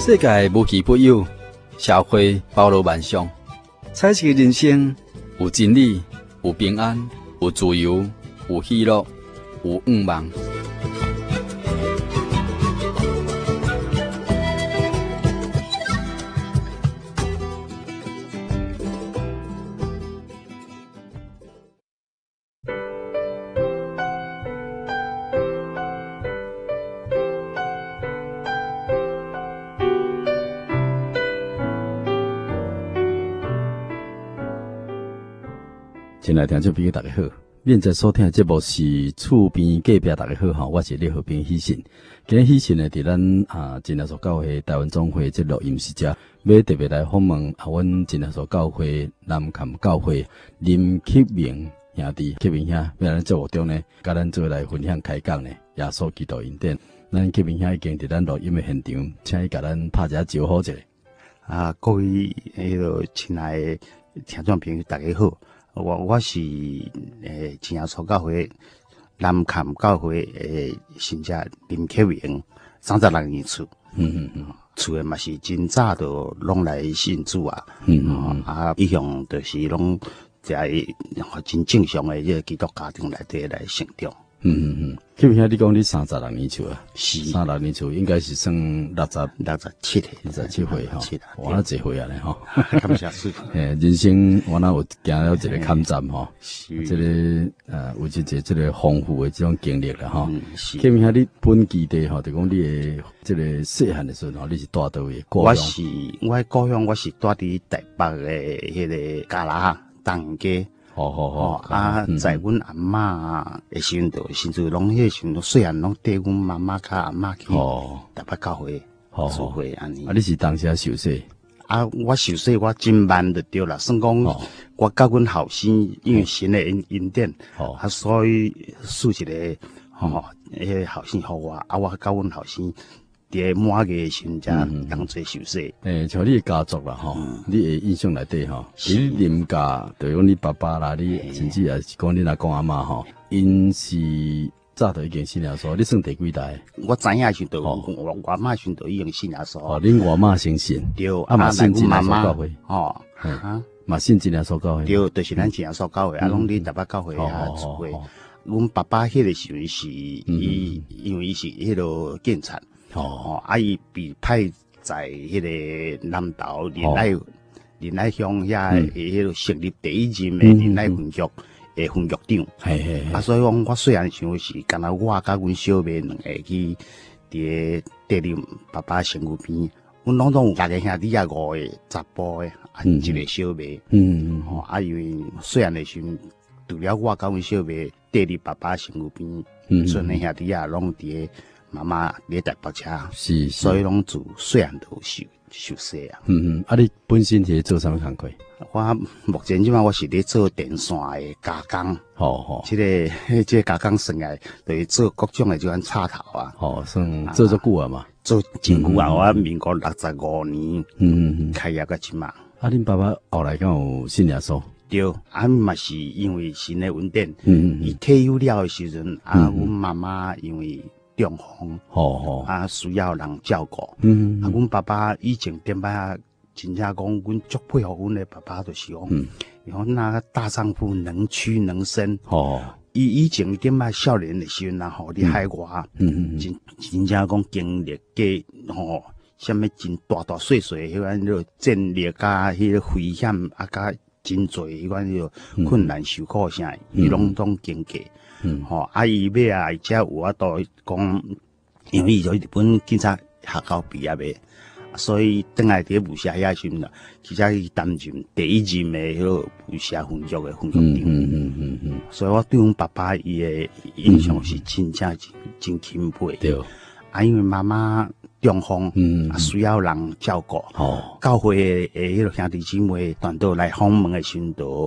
世界无奇不有，社会包罗万象，彩色的人生有真理，有平安，有自由，有喜乐，有愿望。 亲爱的听众朋友，大家好！恁在收听的节目是厝边隔壁，大家好哈，我是李和平喜信。今日喜信呢，伫咱真耶稣教会台湾总会这录音室遮，要特别来访问阮真耶稣教会南崁教会林启明兄弟，启明兄要来咱节目中呢，甲咱做来分享开讲呢，耶稣基督恩典。咱启明兄已经伫咱录音的现场，请伊甲咱拍一下招呼者。 各位迄个亲爱的听众朋友，大家好。我是真耶稣教会南崁教会信者林启明，36年厝。厝诶嘛是真早就拢来信主啊。一向就是拢在真正常诶这个基督家庭内底来成长。 启明兄，你讲你36年厝啊？ 是 36年厝，应该是算 67岁 ，67岁哈。哇，这岁啊咧吼。 感谢主。 人生我那有行了一个坎站吼，这个有这个丰富的这种经历啦吼。启明兄，你本基地吼，就讲你的这个细汉的时候吼，你是住倒位故乡？ 我的故乡我是住伫台北的迄个加拉东街。在阮阿嬷的时阵，甚至拢迄时阵，细汉拢缀阮妈妈甲阿嬷去台北教会聚会安尼。 你是当时受洗？ 我受洗我真慢就对啦，算讲我甲阮后生，因为神的恩典，所以赐一个迄个后生互我，我甲阮后生。伫满月时阵，才当做受洗。 像你的家族啦，吼，你的印象内底吼，你林家，就讲你爸爸啦，你甚至也是讲你阿公阿嬷吼，因是早就已经信耶稣，你算第几代？ 我知影时就我阿嬷时就已经信耶稣。 恁外妈先信， 对， 嘛信真耶稣教会，嘛信真耶稣教会， 对，就是咱真耶稣教会，拢伫台北教会聚会。阮爸爸迄个时阵是因为伊是迄个警察。伊被派在迄个南投仁爱乡遐迄个成立第一任的仁爱分局的分局长。所以讲我细汉时候是干那我甲阮小妹两个去伫担任爸爸身躯边，阮拢有6个兄弟啊，5个查甫的，一个小妹。因为细汉的时阵，除了我甲阮小妹担任爸爸身躯边，剩的兄弟啊拢伫。妈妈咧台北车， 是， 所以拢自细汉都受洗啊。 你本身是做啥物工课？ 我目前即摆我是咧做电线的加工。这个加工生涯，就是做各种的这款插头啊。 算做足久啊嘛。 做真久啊！我民国65年，开业到即摆。 恁爸爸后来敢有信耶稣？ 对，嘛是因为神的恩典。伊退休了的时阵，阮妈妈因为。中风，需要人照顾。阮爸爸以前点摆真正讲，阮足佩服阮的爸爸，就是讲，讲那大丈夫能屈能伸。伊以前点摆少年的时阵啊，伫海外，真正讲经历过什么真大大细细迄款个战略甲迄个危险甲真侪迄款个困难受苦啥，伊拢经过。伊尾啊，才有法度讲，因为伊从日本警察学校毕业的，所以倒来伫武侠遐时阵啦，其实伊担任第一任的迄个武侠分局的分局长。所以我对阮爸爸伊的印象是真正真钦佩。对，因为妈妈中风，需要人照顾。教会的迄个兄弟姊妹团队来访问的时阵，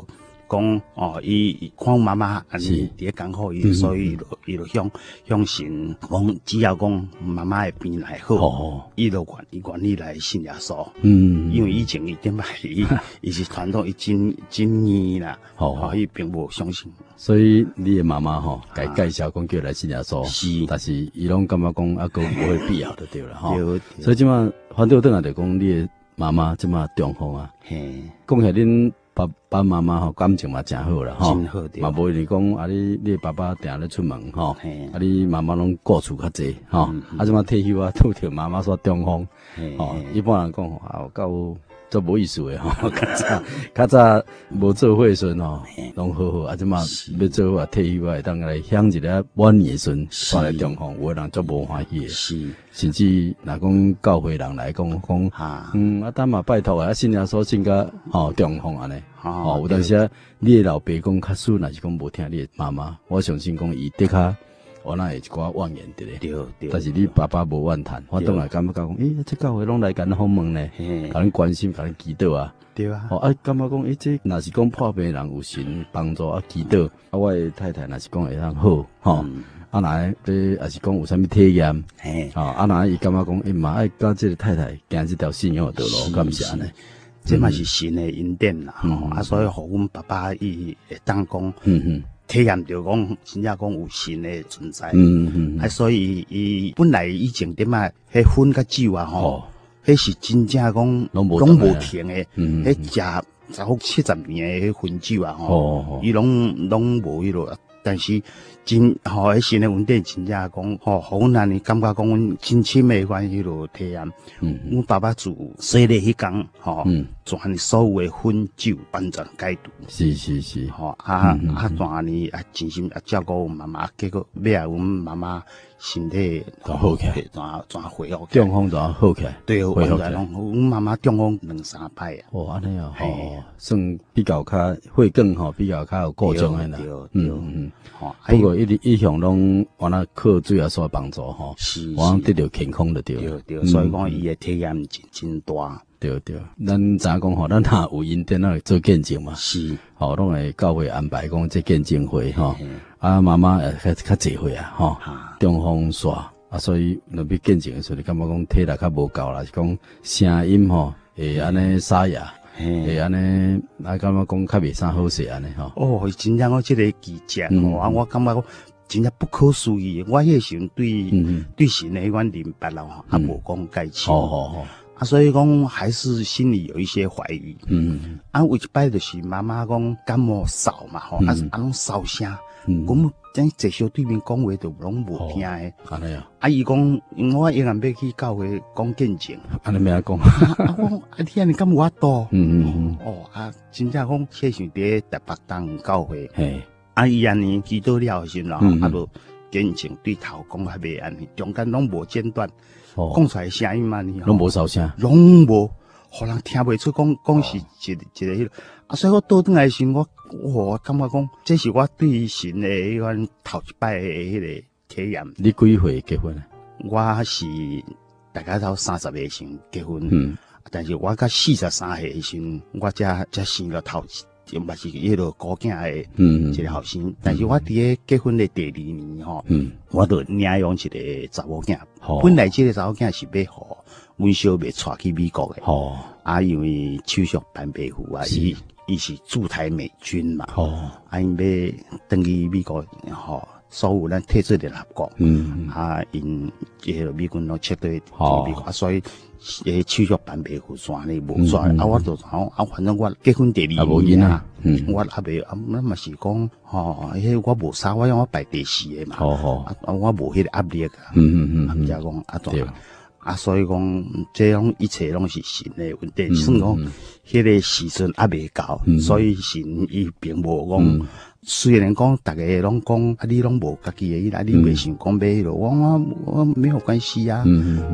讲哦，伊看妈妈安尼伫咧艰苦，所以伊就向神讲，只要讲妈妈的病来好，伊就愿意来信耶稣。因为以前伊点嘛，伊是传统，伊真年啦，伊并无相信。 所以你的妈妈吼，该介绍讲叫来信耶稣，是，但是伊拢感觉讲啊，个无会必要就对了吼。所以即马反倒转来就讲你的妈妈即马中风啊，讲起恁。爸妈妈吼感情嘛真好啦吼，嘛无你讲啊你爸爸定咧出门吼，啊你妈妈拢顾厝较济吼，啊即马退休啊，拄着妈妈说中风，吼，一般人讲啊到做无意思诶吼，较早无做伙时阵吼，拢好好，啊即马要做伙退休啊，会当来享一个晚年时阵，带来中风，有诶人足无欢喜诶，是，甚至若讲教会人来讲啊咱嘛拜托啊，信耶稣信甲吼中风安尼。有当时啊，你的老爸讲较输，若是讲无听你的妈妈，我相信讲伊的确，我那会一寡怨言伫咧。对。但是你爸爸无怨叹，我当然感觉讲，这教会拢来甲咱访问咧，甲咱关心，甲咱祈祷啊。对啊。感觉讲，这若是讲破病人有神帮助啊，祈祷啊，我的太太若是讲会当好，吼。若也是讲有啥物体验，若伊感觉讲，嘛爱甲这个太太行这条信仰的道路，感谢安尼。 这嘛是神的恩典啦，所以互阮爸爸伊会当讲，体验着讲真正讲有神的存在，所以伊本来以前点啊，迄薰甲酒啊吼，迄是真正讲拢无停的，迄食70年的迄薰酒啊吼，伊拢无迄落，但是真迄神的恩典真正讲，互阮安尼感觉讲阮真深的关迄落体验，阮爸爸自生日迄天全所有的薰酒完全解毒， 是， 全安尼真心照顾妈妈，结果尾啊，阮妈妈身体好起来， 全恢复， 中风全好起来， 对，完全拢，阮妈妈中风2-3摆啊， 安尼啊，算比较较会更比较较有过种的啦，不过一向拢完了靠主要所帮助是，我得到健康的对， 所以讲伊的体验真大。 对，咱知影讲咱若有因电会做见证嘛，是，拢会教会安排讲这见证会妈妈较济会啊，中风煞所以若要见证的时候，你感觉讲体力较无够啦，是讲声音会安尼沙哑，会安尼感觉讲较袂啥好势安尼真正我这个奇迹我感觉讲真正不可思议，我迄时阵对神的迄款明白啦无讲介深。所以讲还是心里有一些怀疑。有一摆就是妈妈讲感冒嗽嘛拢嗽声，咁咱坐小对面讲话就拢无听诶。安尼伊讲，因为我永远要去教会讲见证。 安尼咩讲？ 你安尼敢有法度？真正讲迄时伫台北当教会，伊安尼祈祷了时啦，就见证对头讲还袂安尼，中间拢无间断。讲出来声音嘛， 拢无哨声， 拢无，互人听袂出讲是一个迄个。所以我倒转来时，我感觉讲，这是我对神的迄款头一摆的迄个体验。 你几岁结婚啊？ 我是大概到30岁时结婚，但是我到43岁时，我才生了头。就嘛是迄个古囝的一个后生，但是我伫咧结婚的第2年我就领养一个查某囝。本来这个查某囝是要互阮小妹带去美国的，因为手续办袂赴伊是驻台美军嘛，因要登去美国所有咱退出联合国，因迄个美军拢撤退美国，所以手续办袂赴线哩无线，我就反正我结婚第2年啊，我袂咱嘛是讲迄我无啥，我排第4个嘛，我无迄个压力啊，才讲所以讲这种一切拢是神的问题，算讲迄个时阵还袂到，所以神伊并无讲。虽然讲大家拢讲你拢无家己的，你袂想讲买咯，我没有关系啊。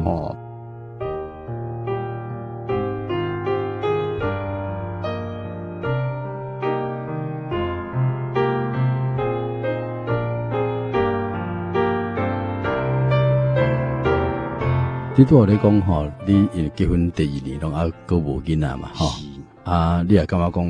你拄你讲你结婚第2年拢还佫无囡仔嘛你也感觉讲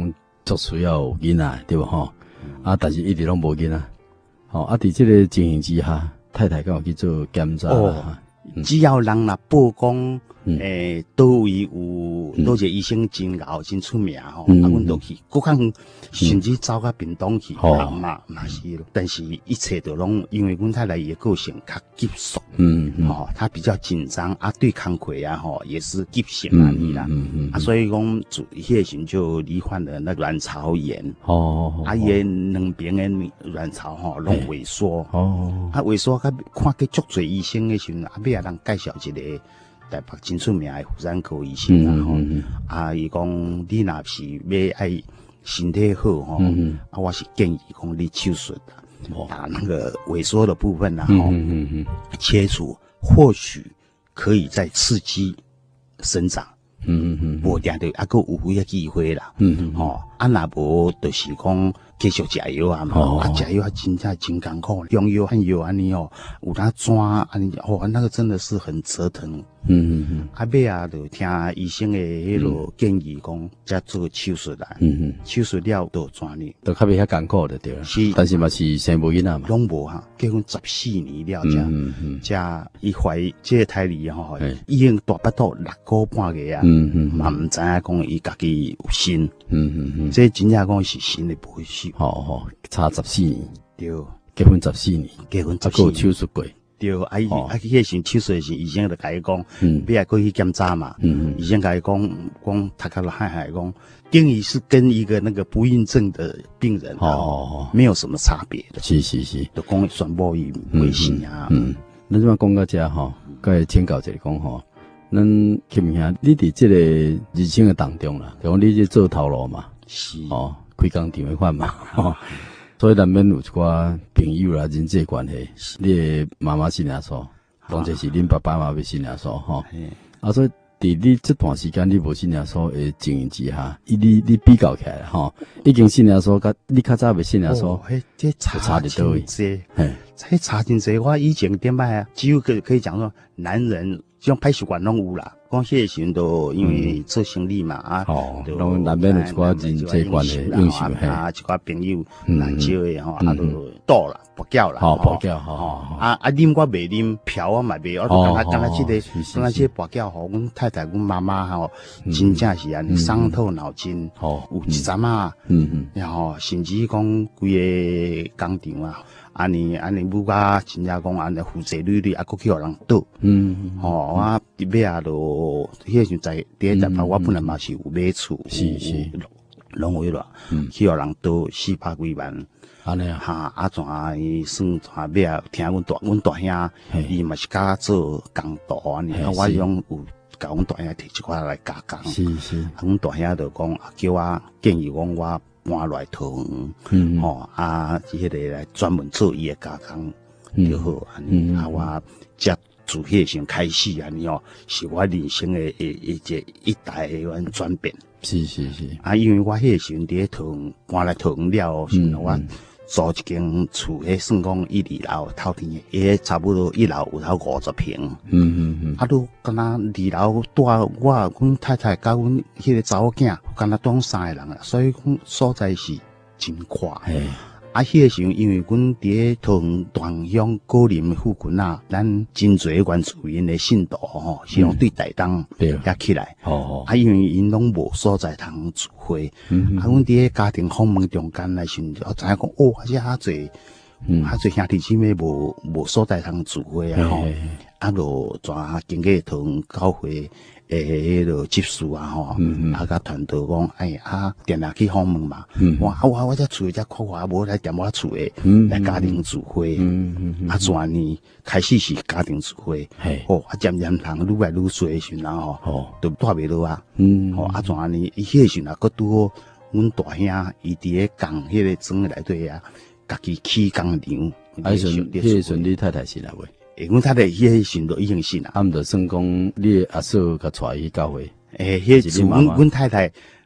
足需要有囡仔，对吧？吼，啊，但是一直拢无囡仔，吼，啊，伫这个情形之下，太太敢有去做检查啦？ 只要人若报讲，倒位有倒一个医生真牛真出名吼，啊，阮就去，搁较甚至走到屏东去，嘛是咯。但是一切都拢因为阮太太伊个个性较急躁，她比较紧张啊，对工课啊吼也是急性啊你啦，啊，所以讲迄个时就罹患了那个卵巢炎，啊，伊两边的卵巢吼拢萎缩，啊，萎缩较看过足侪医生的时阵，啊，尾啊人介绍一个台北真出名的妇产科医生啊，吼，啊，伊讲你若是要爱身体好吼，啊，我是建议讲你手术把那个萎缩的部分啊，吼，切除，或许可以再刺激生长。无定着还佫有迄个机会啦，吼，啊若无就是讲继续食药啊嘛，啊食药真正真艰苦，中药和药安尼哦，有当抓安尼，哦，那个真的是很折腾，啊尾啊就听医生的迄落建议讲，再做手术啦，手术了都怎呢？ 都较袂遐艰苦的对啦，是，但是嘛是生无囡仔嘛， 拢无哈，结婚14年了才伊怀这个胎儿吼，已经大巴肚6个半月啊。嘛唔知影讲伊家己有心，这真正讲是心的不会死。 差14年， 对， 结婚14年， 结婚 14年，手术过， 对，迄个时手术时，医生就甲伊讲，要来过去检查嘛，医生甲伊讲，他甲海讲，等于是跟一个那个不孕症的病人没有什么差别的， 是，就讲全部伊微信啊， 咱这么讲到这吼，该请教一下讲吼。咱김兄，你伫这个人生的当中啦，就讲你去做头路嘛， 是开工厂的款嘛，所以难免有一寡朋友啦、人际关系。你的妈妈信耶稣，当然是恁爸爸妈妈信耶稣吼。啊，所以伫你这段时间你无信耶稣的情形之下，你比较起来吼，已经信耶稣，甲你较早未信耶稣， 这差真多，这差真多。我以前点摆啊，只有可以讲说，男人。这种歹习惯拢有啦，讲迄个时阵都因为做生意嘛啊， 拢难免有一寡人际关系影响啊，一寡朋友难少的吼，啊都倒啦，不叫啦， 不叫啊啉我袂啉，嫖我嘛袂，我都干那这个不叫吼，阮太太阮妈妈吼，真正是安尼伤透脑筋，有一阵啊，然后甚至讲规个工厂啊。安尼母甲真正讲安尼负责屡啊，搁去互人倒。我尾啊就迄个时在第一站我本来嘛是有买厝， 是， 拢有啦，去互人倒400几万。 安尼啊怎伊算尾啊？听阮大兄，伊嘛是甲做工道安尼，我用有甲阮大兄摕一块来加工。 是， 阮大兄就讲叫我建议讲我。搬来桃园，迄个来专门做伊的加工就好安尼。我才自迄个时开始安尼是我人生的一代的转变。 是。 因为我迄个时伫桃园搬来桃园了是我租一间厝，迄算讲1、2楼透天的，迄差不多1楼有头50平。都敢若2楼住阮太太甲阮迄个查某囝，敢若住3个人啦，所以讲所在是真快。迄个时候因为阮伫桃园段乡果林附近啊，咱真侪原住民的信徒吼，是用对台东也起来。因为因拢无所在通聚会，阮伫家庭访问中间来时，我知影讲这遐侪兄弟姊妹无所在通聚会啊吼，就怎经过桃园教会。迄个执事啊吼，甲团队讲，定定去访问嘛。我这厝这看看，无来踮我厝诶，来家庭聚会。转呢开始是家庭聚会，渐渐人愈来愈多诶时阵吼，都带袂落啊。转呢，伊迄个时阵佫拄好，阮大兄伊伫咧讲迄个庄内底啊，家己起工厂。 迄个时你太太是哪位？ 阮太太迄个时都已经信啦， 毋着算讲你阿嫂甲带去教会。 迄时阮太太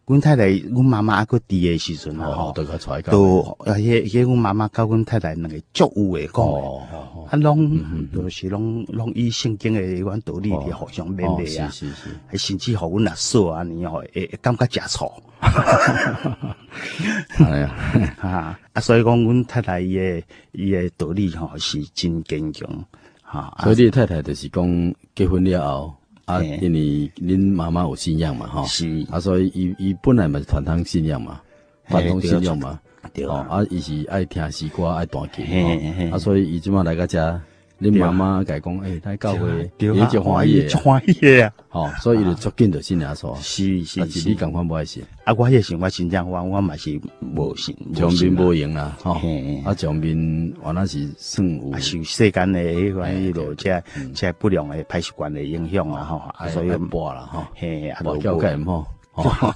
阮太太，阮妈妈还佫伫诶时阵吼， 都甲带都迄阮妈妈甲阮太太两个足有诶讲，拢就是拢以圣经诶阮道理伫互相勉励啊，还甚至互阮阿嫂安尼吼，会感觉食醋。 哎呀， 所以讲阮太太伊诶道理吼是真坚强， 所以你太太就是讲结婚了后。因为恁妈妈有信仰嘛， 是所以伊本来嘛是传统信仰嘛，传统信仰嘛， 对伊是爱听诗歌，爱弹琴，所以伊即马来到遮，恁妈妈甲伊讲，来教会，伊就欢喜诶啊，所以伊就足紧就信耶稣， 是， 但是你共款无爱信， 我迄时我真正我嘛是无信， 上面无用啦，上面原来是算有， 受世间诶迄款路这不良诶歹习惯诶影响啊，所以播啦， 无教改毋好，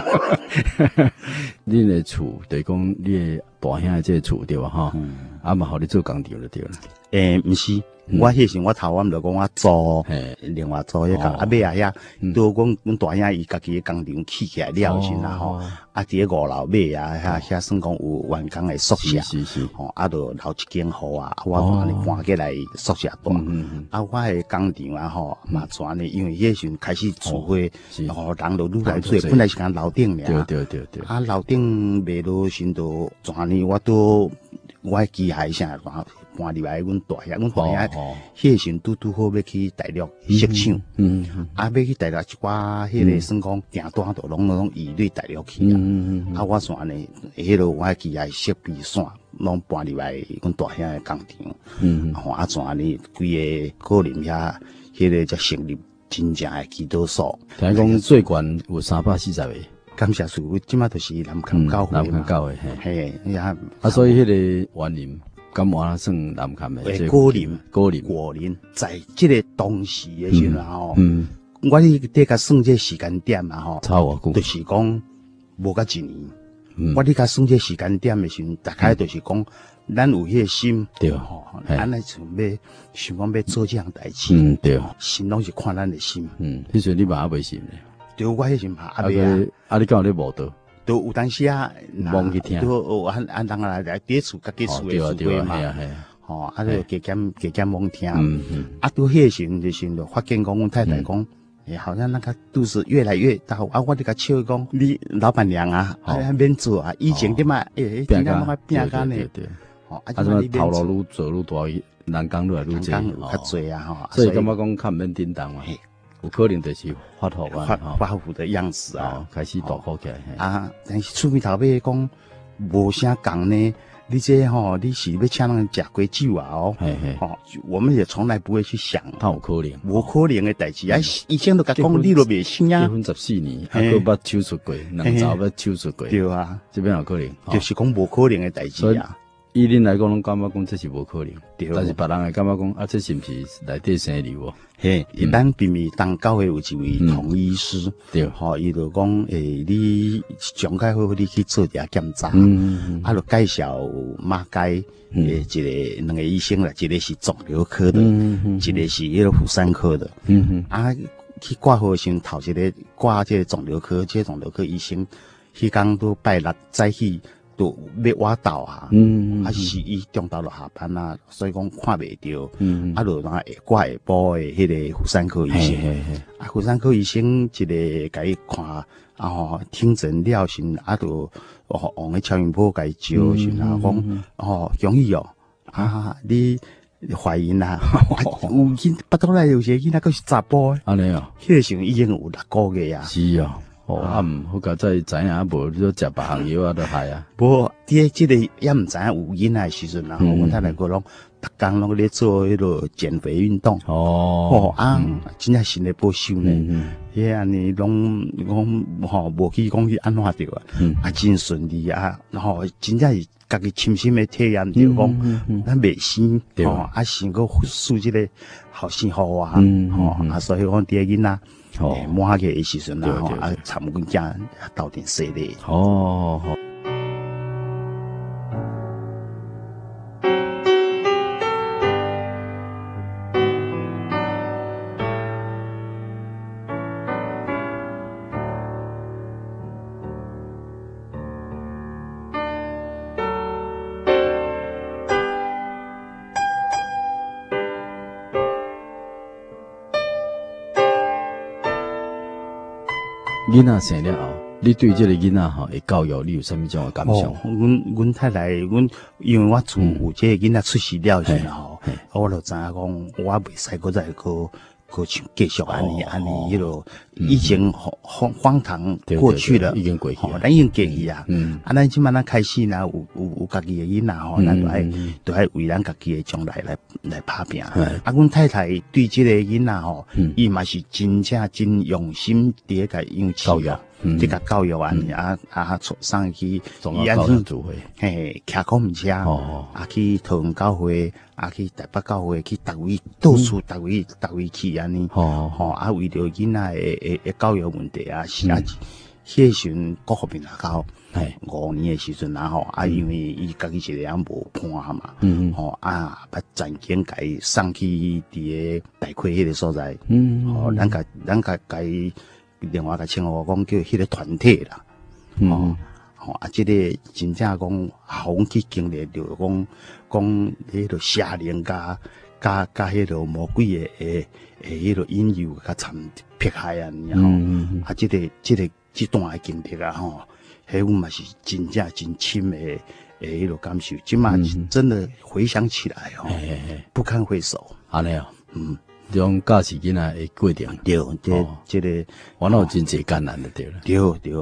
恁诶厝就是讲你诶大兄诶这个厝对吧？嘛互你做工厂就对了， 毋是。我迄时我头我就讲我租，另外租迄个尾遐，都讲阮大兄伊家己诶工厂起来了时啦吼，伫5楼尾遐算讲有员工诶宿舍，就留一间互我安尼搬过来宿舍住，我诶工厂嘛全呢，因为迄时开始厝火，人就愈来愈多，本来是间楼顶尔， 对， 楼顶卖落时就全呢，我机械啥搬入来阮大兄，迄时拄好要去大陆设厂，要去大陆一寡迄个算讲订单都拢移对大陆去啊，我算呢，迄落我机械设备线拢搬入来阮大兄诶工厂，算呢，规个个人遐迄个才成立真正诶祈祷所。 听讲最悬有340个。 感谢主，即马就是南崁教会嘛，嘿， 所以迄个园林。咁我算南崁的，果林， 在这个当时的时候，我伫甲算这时间点嘛， 差偌久， 就是讲无甲1年，我伫甲算这时间点的时候，大概就是讲，咱有迄个心， 对， 咱来想讲要做这样代志， 对， 心拢是看咱的心， 迄时你嘛还未信咧， 对，我迄时嘛还未你讲你无倒。 都有当时忘记听， 都人来伫厝甲厝诶事规嘛，就加减忘听，都迄时就发现讲，阮太太讲，好像那个肚子越来越大，我就甲笑讲，你老板娘免做以前点嘛，真正拢变干呢， 你头路愈做愈大，人工愈来愈多， 较多所以感觉讲较免叮当嘛。有可能就是发福的样子开始大好起来但是厝边头尾讲无啥讲呢。你这你是要请人食过酒我们也从来不会去想， 他有可能， 无可能的代志以前都甲讲你都未信结婚14年，还潫捌手术过，2早捌手术过， 对这边有可能， 就是讲无可能的代志以恁来讲，拢感觉讲这是无可能，但是别人会感觉讲这是不是内底生瘤？ 咱并未当教会有一位童医师， 对， 伊就讲你上届好，你去做一下检查，就介绍马街一个2个医生啦，一个是肿瘤科的，一个是迄个妇产科的，去挂号时头一个挂这个肿瘤科，这肿瘤科医生，迄天都拜6早起。都要我到是伊中昼就下班所以讲看袂到，就下挂下晡的迄个妇产科医生，妇产科医生一个甲伊看，听诊了时，就往个超音波甲伊照时，讲容易你怀孕啦，有巴肚内有些囡仔佫是查甫的， 安尼迄个时候已经有6个月啊， 是好甲再知影无，你都食别项药就害啊。 无，这个也毋知影有囡仔时阵啦，我太太讲拢，逐工拢咧做迄个减肥运动。真正身体保守呢。安尼拢讲无去讲去安怎着真顺利真正是家己亲身的体验着讲，咱袂生想个输这个后生互所以讲第一囡仔。满个时阵参阮囝斗阵洗礼。 囡仔生了后，你对这个囡仔吼的教育，你有什么种的感想？ 阮太太，因为我厝有这个囡仔出世了时候，我就知影讲，我袂使搁再搁像继续安尼，迄落以前荒唐过去了， 已经过去了， 咱已经过去啊。咱即摆咱开始呢，有家己的囡仔吼，咱都爱为咱家己的将来来打拼。阮太太对这个囡仔吼，伊嘛是真正真用心伫个养教育。这个教育安尼送去伊安尼做伙， 嘿，骑公务车，去桃园教会，去台北教会，去逐位到处逐位去安尼，为着囡仔的教育问题迄时各方面也到5年的时阵因为伊家己一个人无伴嘛，把暂经甲伊送去伫个大溪迄个所在，咱甲伊。另外个称呼讲叫迄个团体啦，这个真正讲，互阮去经历着讲迄个邪灵加迄个魔鬼的迄个引诱甲掺迫害啊，这段的经历迄阮嘛是真正真深的迄个感受，即嘛真的回想起来不堪回首。 安尼这种教饲囡仔的过程， 对，这个我那有真侪艰难的对了， 对，尾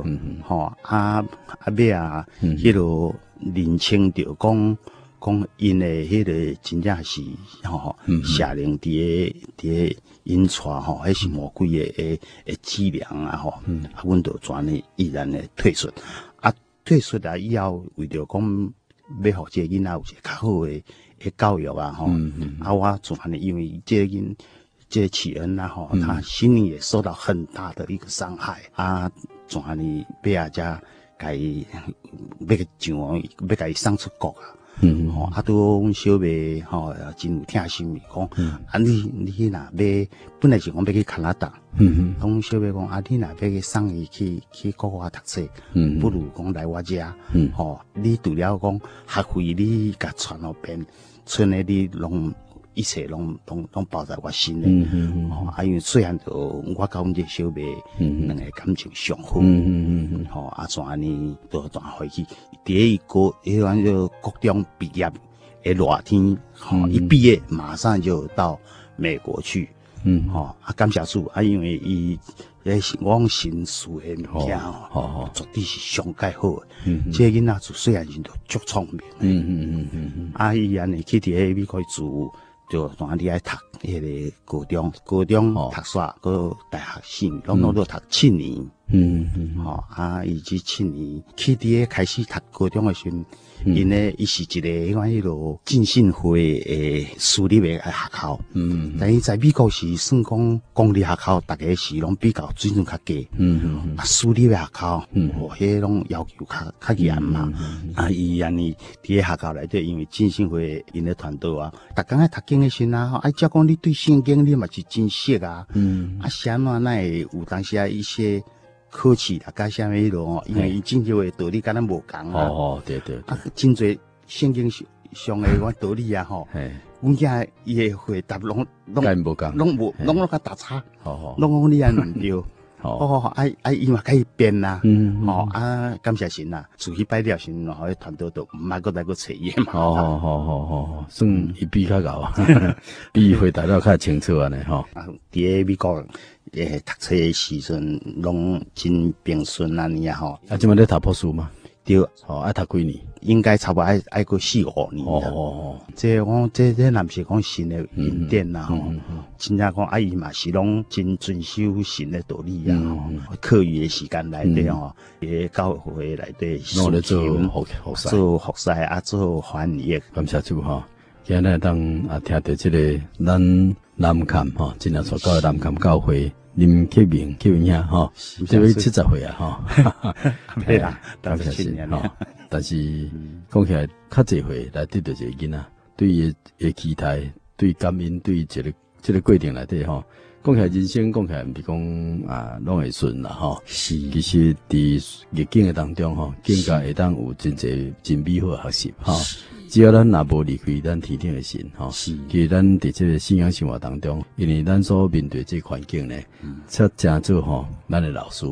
迄个认清着讲因的迄个真正是邪灵伫个引带迄是魔鬼的伎俩阮就全呢毅然的退出，退出以后为着讲要互这囡仔有一个较好的教育我全呢因为这启恩他心里也受到很大的一个伤害全呢要家给要给伊送出国都阮小妹真有疼心讲你若要本来是讲要去加拿大，阮小妹讲你若要去送伊去国外读册，不如讲来我遮，你除了讲学费你甲传互边，剩的你一切拢包在我身嘞，因为虽然我甲阮这小妹两个感情上好，全安尼都回去，第一个迄个国中毕业的热天，一毕业马上就到美国去，感谢主因为伊是我讲神属的物件绝对是上介好的，这囡仔虽然是足聪明，伊安尼去伫个美国住。就当你爱读迄个高中读煞，个大学4年，拢都读7年。伊这7年去伫个开始读高中的时阵，因呢伊是一个迄个浸信会的私立的学校。但伊在美国是算讲公立学校，大家是拢比较水准较低。私立的学校，迄拢要求较严嘛。伊安尼伫个学校内底，因为浸信会因的团队逐工爱读经的时阵照讲你对圣经你嘛是真熟是安怎会有当时一些考试啦，甲啥物迄落因为伊真正的道理甲咱无共对， 真侪圣经上的道理阮囝伊的回答拢无共， 拢甲打叉，拢讲你安毋对。伊嘛甲伊变啦，感谢神啦，自己摆了神，迄团队都毋爱搁再搁找伊嘛。 算伊比较高，比回答了较清楚安尼伫个美国读册的时阵，拢真平顺安尼即摆咧读博士嘛？ 对， 爱读几年？ 应该差不多爱过4-5年。这讲这若是讲神的恩典啦真正讲伊嘛是拢真遵守神的道理课余的时间内底伫教会内底努力做服侍做翻译。 感谢主今日当听到这个咱南崁真正所教的南崁教会。林启明兄这位70岁对啦， 感谢神但是讲起来，较侪岁来得到一个囡仔，对伊的期待，对感恩，对这个过程内底讲起来人生讲起来，毋是讲拢会顺啦是，其实伫逆境的当中更加会当有真侪真美好的学习只要咱若无离开咱天顶的神其实咱伫这个信仰生活当中，因为咱所面对这环境呢，才真做咱的老师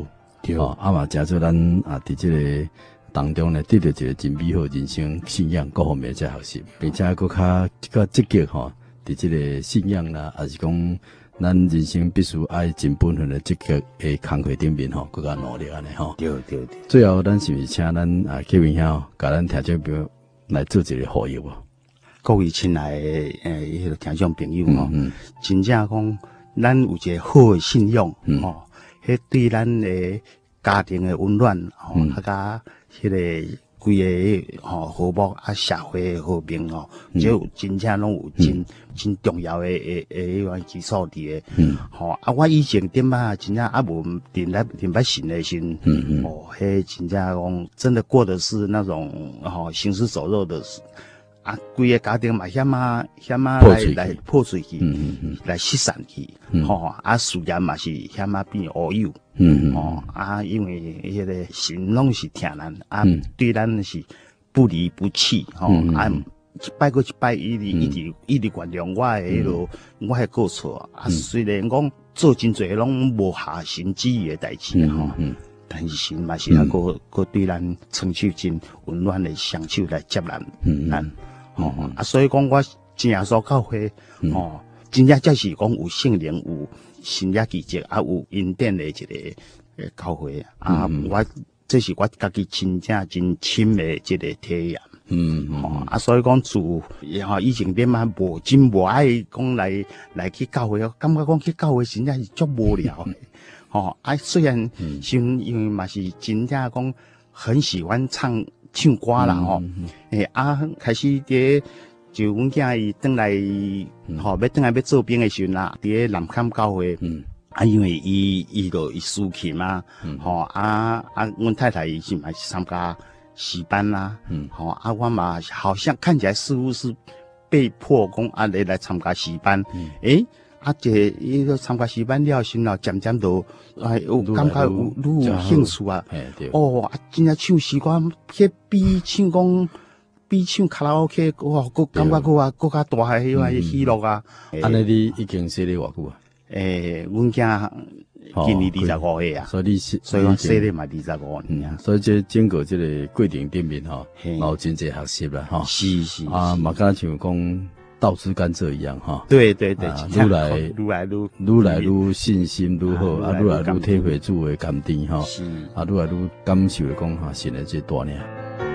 对啊嘛，加做咱啊伫这个当中呢，得到一个真美好人生信仰各方面在学习，并且佫较积极吼，伫这个信仰啦，还是讲咱人生必须爱尽本分的积极诶工课顶面吼，佫较努力安尼吼。 对。 最后，咱是毋是请咱啊Kevin兄，甲咱听众朋友来做一个呼吁无？ 各位亲爱的迄个听众朋友吼，真正讲咱有一个好的信仰吼，迄对咱的家庭的温暖吼，甲迄个规个吼和睦啊社会的和平吼，这有真正拢有真重要的迄个基础伫诶。吼啊，我以前点啊，真正啊无定捌信的时，哦，迄真正讲真的过的是那种吼行尸走肉的事。啊，规个家庭嘛险啊来破碎去，来失散去，吼啊事业嘛是险啊变乌有，吼啊因为迄个心拢是疼咱，啊对咱是不离不弃，吼啊一摆过一摆，一直原谅我的迄落我的过错，啊虽然讲做真侪拢无下神旨意的代志，吼。但是神嘛是啊，个对咱伸手真温暖的双手来接咱，啊，所以讲我真耶稣教会，真正才是讲有圣灵、有神业奇迹，啊有恩典的一个教会啊，这是我家己真正真深的一个体验。啊，所以讲以前点嘛无爱讲来去教会，感觉讲去教会真正是足无聊的。啊，虽然因为嘛是真正讲很喜欢唱歌啦，开始就阮囝伊转来，要转来要做兵的时阵啦，伫南坎教会，因为伊输去嘛，阮太太伊是嘛是参加诗班啦，我嘛好像看起来似乎是被迫讲来参加诗班，伊个参加诗班了时候，渐渐都有感觉愈有兴趣啊，真正唱诗歌，迄比唱卡拉 OK， 哇，感觉更较大的迄个喜乐啊！ 安尼你已经写了偌久啊？ 阮囝今年25岁啊，所以我写了嘛25年啊。 所以这整个这个过程顶面吼，有真侪学习啦吼。 是啊，嘛敢像讲倒吃甘蔗一样哈。 对， 愈来愈信心愈好，愈来愈体会主的甘甜哈。愈来愈感受讲哈神的这大领。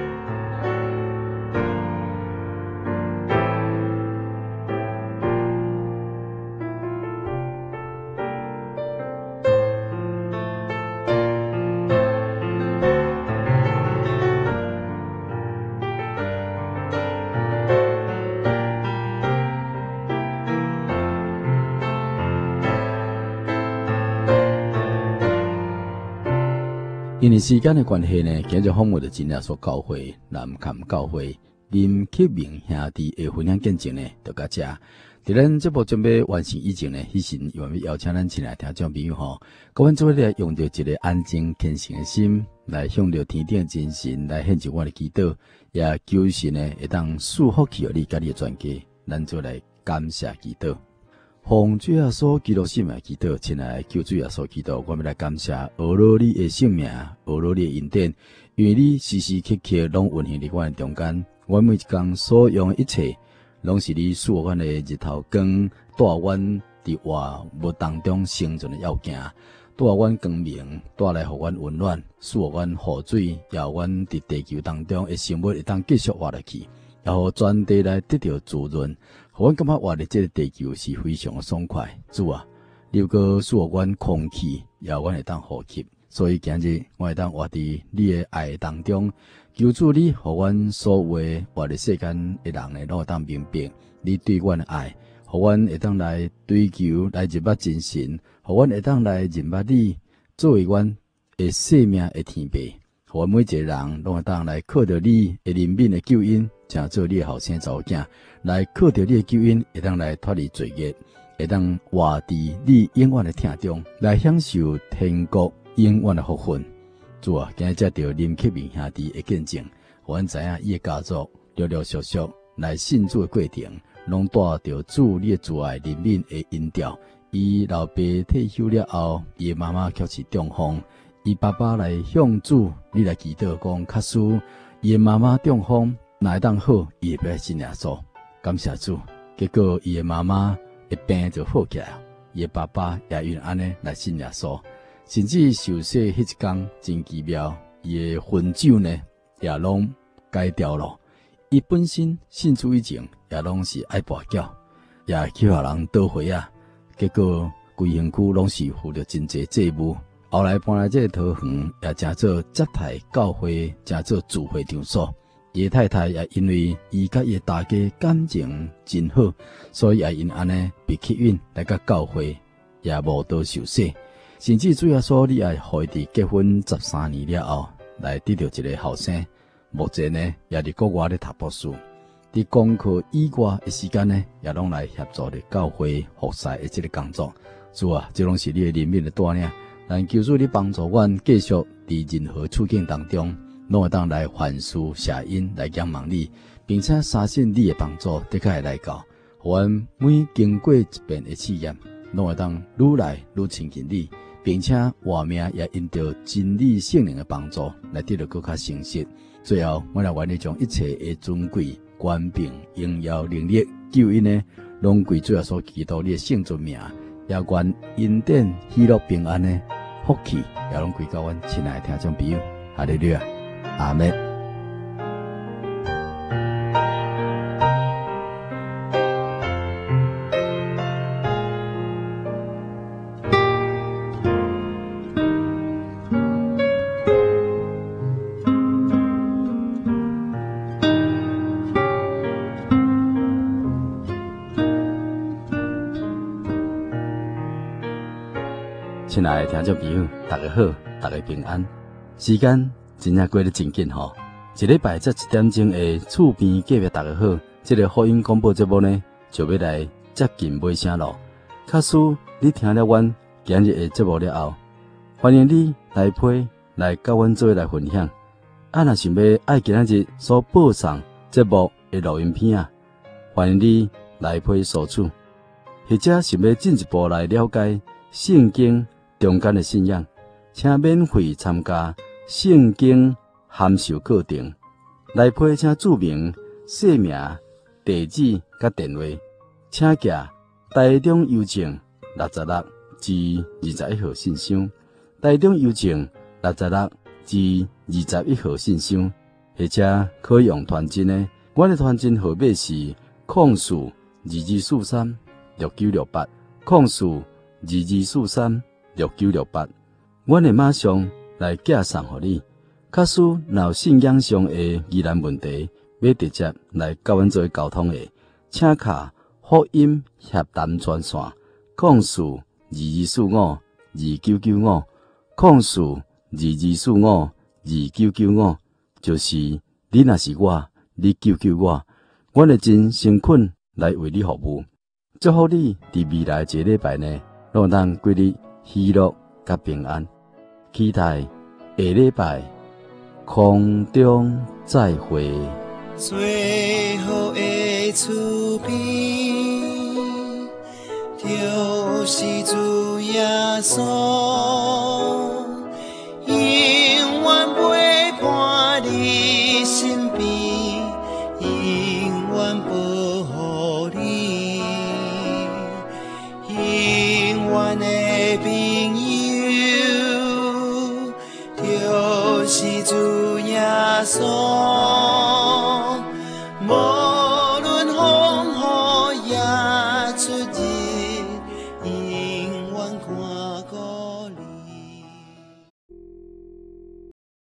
因为时间的关系呢，今日访问的真耶稣教会南坎教会林启明兄弟的分享见证呢，就到这。在咱这部准备完成以前呢，迄时愿意邀请咱亲爱听众朋友吼，各位做咧用着一个安静虔诚的心，来向着天顶真神来献上我的祈祷，也求神呢会当赐福去予你甲你的全家，咱做来感谢祈祷。奉主耶稣基督圣名祈祷，亲爱的救主耶稣基督，我们来感谢俄罗你的性命，俄罗你的恩典，因为你时时刻刻拢运行伫我的中间，我每一天所用的一切，拢是你赐我的日头光，带阮伫活无当中生存的要件，带阮光明，带来互阮温暖，赐阮雨水，也阮伫地球当中的生活会当继续活落去，然后全地来得到滋润。我感觉活伫这个地球是非常的爽快，主啊，你个赐阮空气，也阮会当呼吸，所以今日我会当活伫你的爱当中，求主你，互阮所有活伫世间的人呢，拢会当明白你对阮的爱，互阮会当来追求来认捌真神，互阮会当来认捌你作为阮的生命的天父，互阮每一个人拢会当来靠着你的怜悯的救恩，成做你的后生查某囝。来靠着你的救恩，会当来脱离罪孽，会当活伫你永远的疼中，来享受天国永远的福分。主啊，今日才着林启明兄弟的见证，互阮知影伊的家族陆陆续续来信主的过程，拢带着主你的慈爱怜悯的恩调。伊老爸退休了后，伊的妈妈却是中风， 伊爸爸来向主，你来祈祷讲，假使伊的妈妈中风，哪会当好，伊会要信耶稣，感谢主。结果伊的妈妈一病就好起来，伊的爸爸也因安尼来信耶稣，甚至受洗迄一天真奇妙，伊的魂酒呢也拢改掉了。伊本身信主以前也拢是爱跋筊，也去互人倒回啊。结果规身躯拢是负着真济债务。后来搬来这个桃园，也真做接待教会，真做聚会场所。伊的太太也因为伊甲伊的大家感情真好，所以也因安尼被吸引来甲教会，也无多受洗。甚至主要说，你也互伊伫结婚13年了后，来得到一个后生。目前呢，也伫国外咧读博士。伫功课以外的时间呢，也拢来协助咧教会服侍的这个工作。主啊，这拢是你的怜悯的带领。但求主你帮助阮继续伫任何处境当中，拢会当来凡事谢恩来仰望你，并且相信你的帮助的确会来到。阮每经过一遍的试验，拢会当愈来愈亲近你，并且活命也因着真理圣灵的帮助来得到更加诚实。最后，我来愿意将一切的尊贵、官柄、荣耀、能力、救恩呢，拢归主耶稣基督你的圣尊名，也愿恩典、喜乐、平安呢。福气也拢归到阮亲爱的听众朋友，哈利路亚，阿们。亲爱的听众朋友，大家好，大家平安。时间真正过得真紧吼，一礼拜才1点钟的厝边隔壁大家好，这个福音广播节目呢，就要来接近尾声咯。假使你听了阮今日的节目了后，欢迎你来批来甲阮做来分享。若想要爱今日所播送节目的录音片啊，欢迎你来批索取，或者想要进一步来了解圣经中间的信仰，请免费参加圣经函授课程。来批请注明姓名、地址甲电话，请寄台中邮政66至21号信箱，台中邮政66至21号信箱，或者可以用传真的，阮的传真号码是0422436968，0422436968，阮会马上来寄送互你。假使若有信仰上的疑难问题，要直接来甲阮做沟通的，请卡福音协谈专线，0422452995，0422452995，就是你若是我，你救救我，阮会真诚恳来为你服务。祝福你伫未来一个礼拜呢，拢当过日喜乐甲平安。期待下礼拜空中再会。 最后的厝边，就是主耶稣，永远陪伴你身边，永远保护你，永远的朋友，就是主耶稣。